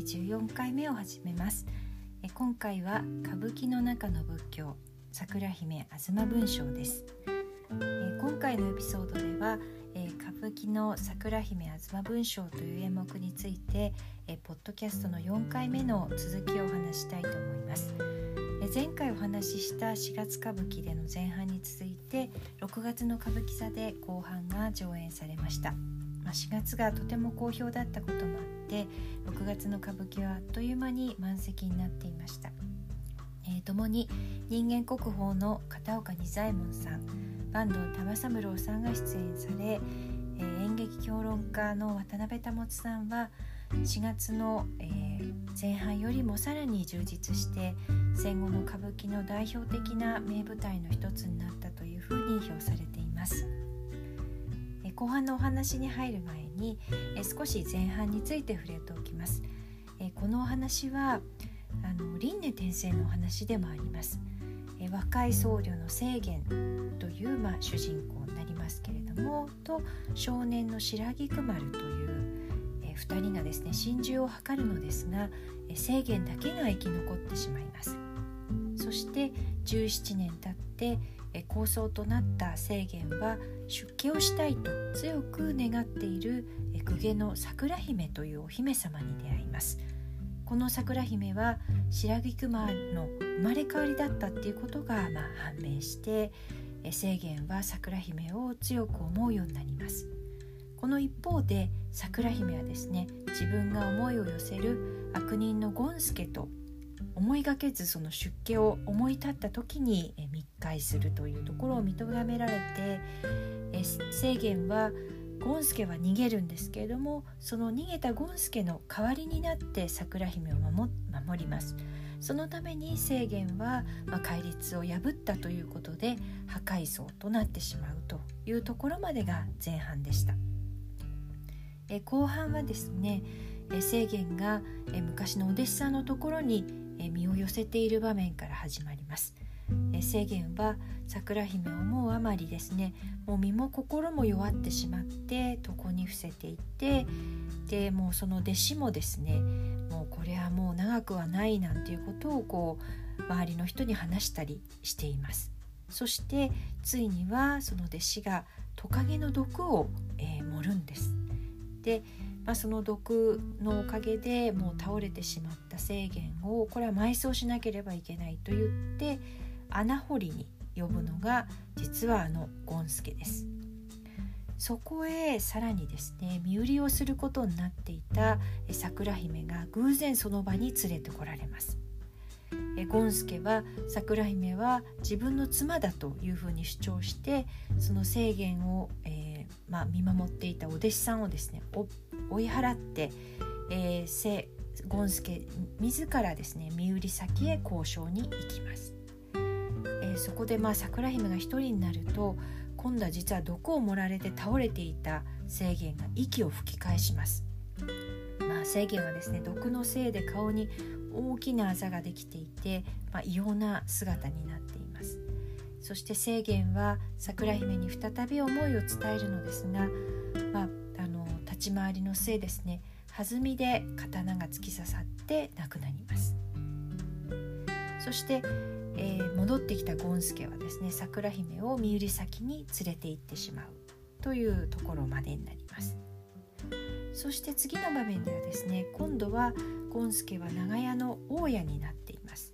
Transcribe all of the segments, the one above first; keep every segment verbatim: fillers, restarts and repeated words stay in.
じゅうよんかいめを始めます。え今回は歌舞伎の中の仏教、桜姫吾妻文章です。え今回のエピソードでは、え歌舞伎の桜姫吾妻文章という演目についてえポッドキャストのよんかいめの続きをお話したいと思います。え前回お話ししたしがつ歌舞伎での前半に続いてろくがつの歌舞伎座で後半が上演されました。まあ、しがつがとても好評だったこともあってろくがつの歌舞伎はあっという間に満席になっていました。えー、共に人間国宝の片岡仁左衛門さん、坂東玉三郎さんが出演され、えー、演劇評論家の渡辺保さんはしがつの、えー、前半よりもさらに充実して戦後の歌舞伎の代表的な名舞台の一つになったというふうに評されています。えー、後半のお話に入る前に、えー、少し前半について触れておきます。えー、このお話はあの輪廻転生のお話でもあります。えー、若い僧侶の清源という、まあ、主人公になりますけれどもと少年の白菊丸というふたりがですね心中を図るのですが、清源だけが生き残ってしまいます。そしてじゅうななねん経って高僧となった清源は出家をしたいと強く願っている公家の桜姫というお姫様に出会います。この桜姫は白菊丸の生まれ変わりだったっていうことが、まあ、判明して清源は桜姫を強く思うようになります。この一方で桜姫はですね自分が思いを寄せる悪人の権助と思いがけずその出家を思い立った時に密会するというところを認められて、清源は権助は逃げるんですけれどもその逃げた権助の代わりになって桜姫を 守, 守ります。そのために清源は、まあ、戒律を破ったということで破戒僧となってしまうというところまでが前半でした。え後半はですねえ清源がえ昔のお弟子さんのところにえ身を寄せている場面から始まります。え清源は桜姫を思うあまりですねもう身も心も弱ってしまって床に伏せていてでもうその弟子もですねもうこれはもう長くはないなんていうことをこう周りの人に話したりしています。そしてついにはその弟子がトカゲの毒を、えー、盛るんです。で、まあ、その毒のおかげでもう倒れてしまった清源をこれは埋葬しなければいけないと言って穴掘りに呼ぶのが実はあの権助です。そこへさらにですね身売りをすることになっていた桜姫が偶然その場に連れてこられます。権助は桜姫は自分の妻だというふうに主張してその清源を、えーまあ、見守っていたお弟子さんをですね追い払って、えー、権助自らですね身売り先へ交渉に行きます。えー、そこで、まあ、桜姫が一人になると今度は実は毒を盛られて倒れていた清源が息を吹き返します。まあ、清源はですね毒のせいで顔に大きなあざができていて、まあ、異様な姿になっています。そして清源は桜姫に再び思いを伝えるのですが、まあ、あの立ち回りのせいですね弾みで刀が突き刺さって亡くなります。そして、えー、戻ってきた権助はですね桜姫を身売り先に連れて行ってしまうというところまでになります。そして次の場面ではですね今度は権助は長屋の大家になっています。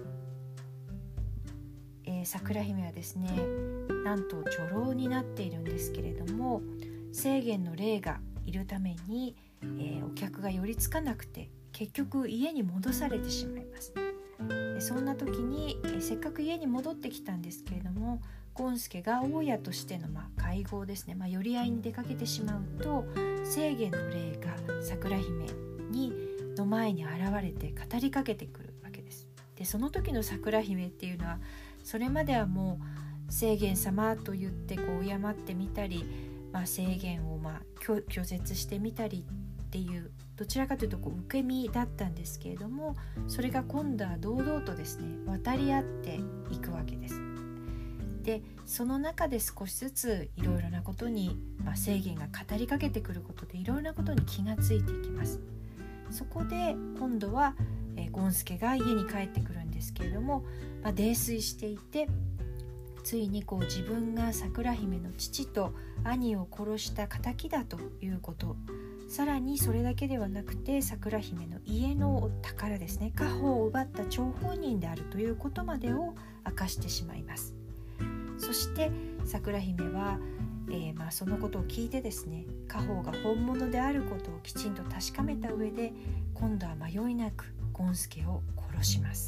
えー、桜姫はですねなんと女郎になっているんですけれども清源の霊がいるために、えー、お客が寄りつかなくて結局家に戻されてしまいます。でそんな時に、えー、せっかく家に戻ってきたんですけれども権助が大家としての、まあ、会合ですね、まあ、寄り合いに出かけてしまうと清源の霊が桜姫にの前に現れて語りかけてくるわけです。でその時の桜姫っていうのはそれまではもう清源様と言ってこう敬ってみたり、まあ、清源をまあ拒絶してみたりっていうどちらかというとこう受け身だったんですけれどもそれが今度は堂々とですね渡り合っていくわけです。でその中で少しずついろいろなことに、まあ、清源が語りかけてくることでいろいろなことに気がついていきます。 そこで今度は、えー、ゴンスケが家に帰ってくるんですけれども、まあ、泥酔していて、ついにこう自分が桜姫の父と兄を殺した仇だということ、さらにそれだけではなくて桜姫の家の宝ですね、家宝を奪った張本人であるということまでを明かしてしまいます。そして桜姫は、えー、まあそのことを聞いてですね、家宝が本物であることをきちんと確かめた上で、今度は迷いなくゴンスケを殺します。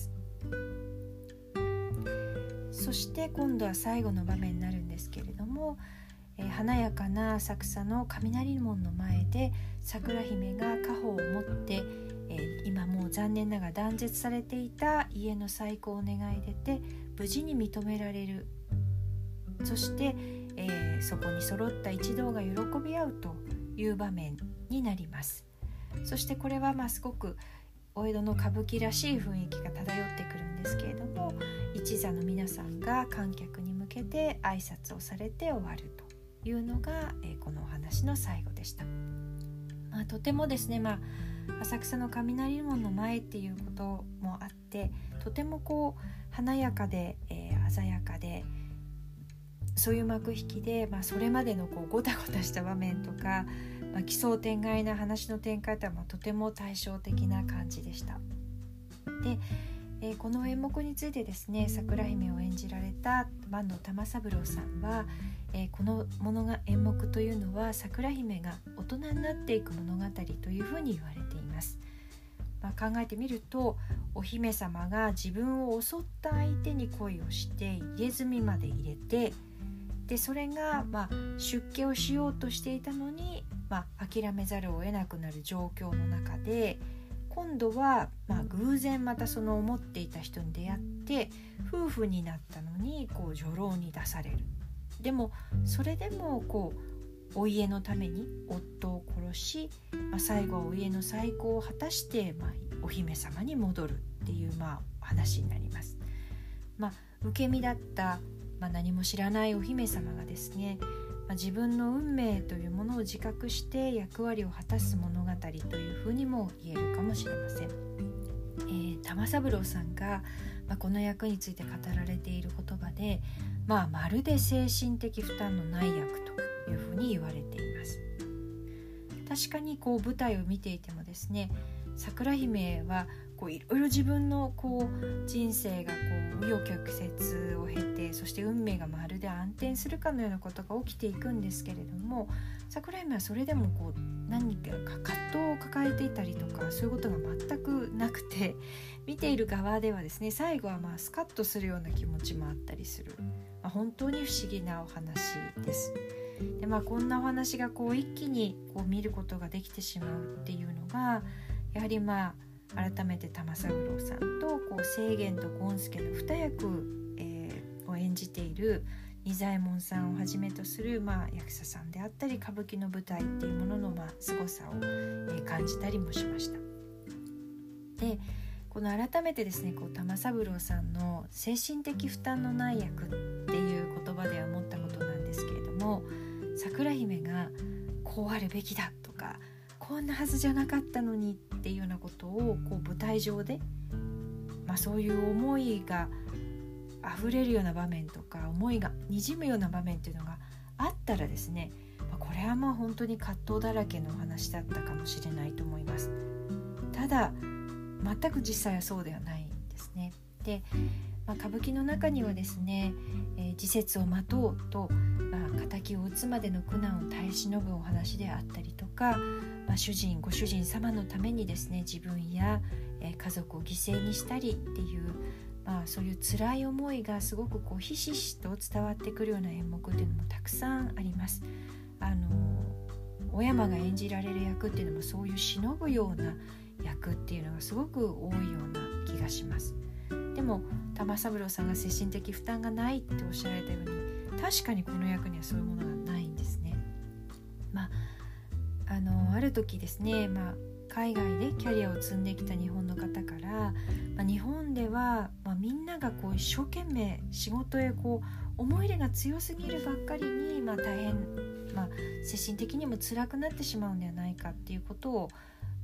そして今度は最後の場面になるんですけれども、えー、華やかな浅草の雷門の前で桜姫が家宝を持って、えー、今もう残念ながら断絶されていた家の再興を願い出て無事に認められる。そして、えー、そこに揃った一同が喜び合うという場面になります。そしてこれはまあすごくお江戸の歌舞伎らしい雰囲気が漂ってくるんですけれども、一座の皆さんが観客に向けて挨拶をされて終わるというのが、えー、このお話の最後でした。まあ、とてもですね、まあ、浅草の雷門の前っていうこともあって、とてもこう華やかで、えー、鮮やかで、そういう幕引きで、まあ、それまでのこうゴタゴタした場面とか、まあ、奇想天外な話の展開とはまあとても対照的な感じでした。で、えー、この演目についてですね、桜姫を演じられた坂東玉三郎さんは、えー、この物が演目というのは桜姫が大人になっていく物語というふうに言われています。まあ、考えてみると、お姫様が自分を襲った相手に恋をして入れ墨まで入れて、でそれがまあ出家をしようとしていたのに、まあ、諦めざるを得なくなる状況の中で、今度はまあ偶然またその思っていた人に出会って夫婦になったのにこう女郎に出される。でもそれでもこうお家のために夫を殺し、まあ、最後はお家の再興を果たして、まあ、お姫様に戻るっていう、まあ、話になります。まあ、受け身だった、まあ、何も知らないお姫様がですね、まあ、自分の運命というものを自覚して役割を果たす物語というふうにも言えるかもしれません。えー、玉三郎さんが、まあ、この役について語られている言葉で、まあ、まるで精神的負担のない役というふうに言われています。確かにこう舞台を見ていてもですね、桜姫はこういろいろ自分のこう人生がこう紆余曲折を経て、そして運命がまるで暗転するかのようなことが起きていくんですけれども、桜姫はそれでもこう何か葛藤を抱えていたりとか、そういうことが全くなくて、見ている側ではですね、最後はまあスカッとするような気持ちもあったりする、まあ、本当に不思議なお話です。で、まあ、こんなお話がこう一気にこう見ることができてしまうっていうのが、やはりまあ改めて玉三郎さんとこう正元と権助の二役、えー、を演じている仁左衛門さんをはじめとする、まあ、役者さんであったり歌舞伎の舞台っていうものの、まあ、凄さを、えー、感じたりもしました。で、この改めてですね、こう玉三郎さんの精神的負担のない役っていう言葉では思ったことなんですけれども、桜姫がこうあるべきだとか、こんなはずじゃなかったのにっていうようなことをこう舞台上で、まあ、そういう思いが溢れるような場面とか、思いがにじむような場面っていうのがあったらですね、まあ、これはまあ本当に葛藤だらけのお話だったかもしれないと思います。ただ全く実際はそうではないんですね。で、まあ、歌舞伎の中にはですね、えー、時節を待とうと、まあ、仇を討つまでの苦難を耐え忍ぶお話であったりとか、まあ、主人ご主人様のためにですね、自分や、えー、家族を犠牲にしたりっていう、まあ、そういう辛い思いがすごくこうひしひしと伝わってくるような演目っていうのもたくさんあります。あのお山が演じられる役っていうのもそういう忍ぶような役っていうのがすごく多いような気がします。でも玉三郎さんが精神的負担がないっておっしゃられたように、確かにこの役にはそういうものがないんですね。まああのある時ですね、まあ、海外でキャリアを積んできた日本の方から、まあ、日本では、まあ、みんながこう一生懸命仕事へこう思い入れが強すぎるばっかりに、まあ、大変、まあ、精神的にも辛くなってしまうんではないかっていうことを、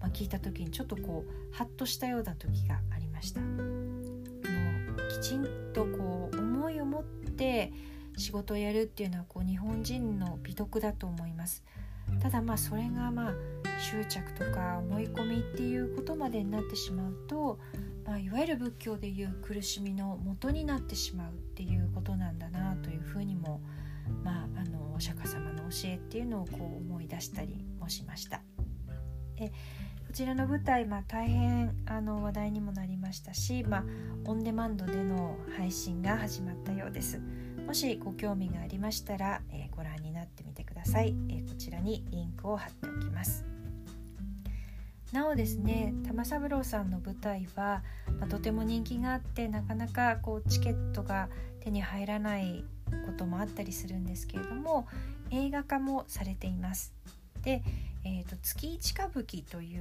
まあ、聞いた時にちょっとこうハッとしたような時がありました。あのきちんとこう思いを持って仕事をやるっていうのはこう日本人の美徳だと思います。ただまあそれがまあ執着とか思い込みっていうことまでになってしまうと、まあ、いわゆる仏教でいう苦しみの元になってしまうっていうことなんだなというふうにも、まあ、あのお釈迦様の教えっていうのをこう思い出したりもしました。でこちらの舞台、まあ、大変あの話題にもなりましたし、まあ、オンデマンドでの配信が始まったようです。もしご興味がありましたら、えー、ご覧になってみてください。えー、こちらにリンクを貼っておきます。なおですね、玉三郎さんの舞台は、まあ、とても人気があってなかなかこうチケットが手に入らないこともあったりするんですけれども、映画化もされています。で、えーと、月一歌舞伎という、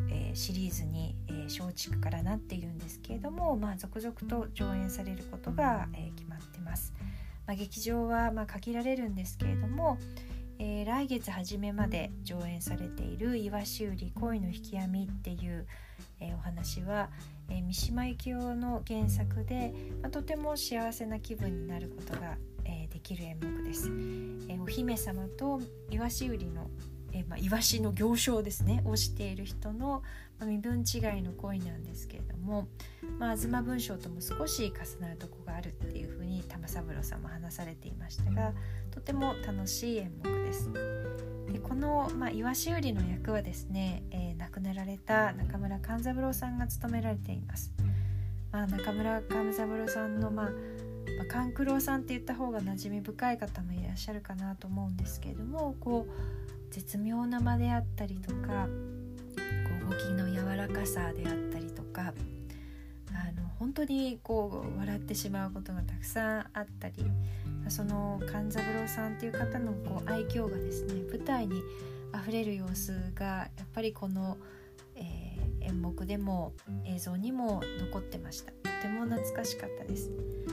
えー、シリーズに、えー、松竹からなっているんですけれども、まあ、続々と上演されることが、えー、決まってます。まあ、劇場はまあ限られるんですけれども、えー、来月初めまで上演されているイワシウリ恋の引き網っていう、えー、お話は、えー、三島由紀夫の原作で、まあ、とても幸せな気分になることが、えー、できる演目です。えー、お姫様とイワシウリのえーまあ、イワシの行商ですねをしている人の、まあ、身分違いの恋なんですけれども、まあ、東文章とも少し重なるところがあるっていうふうに玉三郎さんも話されていましたが、とても楽しい演目です。でこの、まあ、イワシウリの役はですね、えー、亡くなられた中村勘三郎さんが務められています。まあ、中村勘三郎さんの、まあまあ、勘九郎さんって言った方が馴染み深い方もいらっしゃるかなと思うんですけれども、こう絶妙な間であったりとか、こう動きの柔らかさであったりとか、あの本当にこう笑ってしまうことがたくさんあったり、その勘三郎さんという方のこう愛嬌がですね、舞台にあふれる様子がやっぱりこの、えー、演目でも映像にも残ってました。とても懐かしかったです。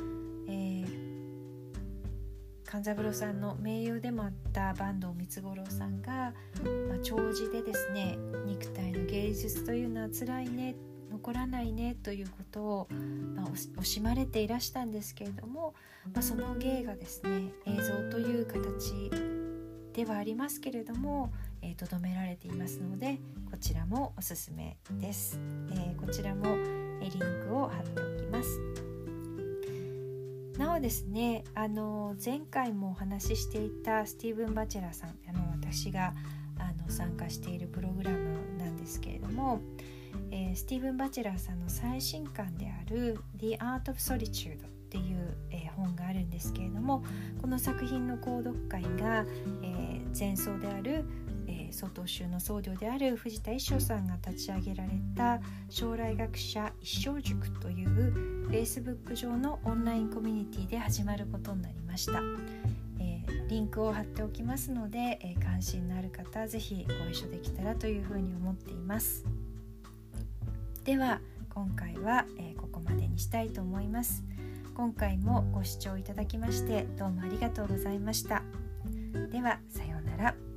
勘三郎さんの盟友でもあった坂東三五郎さんが、まあ、弔辞でですね、肉体の芸術というのは辛いね、残らないねということを、まあ、惜しまれていらしたんですけれども、まあ、その芸がですね、映像という形ではありますけれども、えー、とどめられていますので、こちらもおすすめです。えー、こちらも、えー、リンクを貼っておきます。なおですね、あの前回もお話ししていたスティーブン・バチェラーさん、あの私があの参加しているプログラムなんですけれども、えー、スティーブン・バチェラーさんの最新刊である The Art of Solitude っていう、えー、本があるんですけれども、この作品の購読会が、えー、前奏である曹洞宗の僧侶である藤田一生さんが立ち上げられた将来学者一生塾という Facebook 上のオンラインコミュニティで始まることになりました。えー、リンクを貼っておきますので、えー、関心のある方はぜひご一緒できたらというふうに思っています。では今回は、えー、ここまでにしたいと思います。今回もご視聴いただきましてどうもありがとうございました。ではさようなら。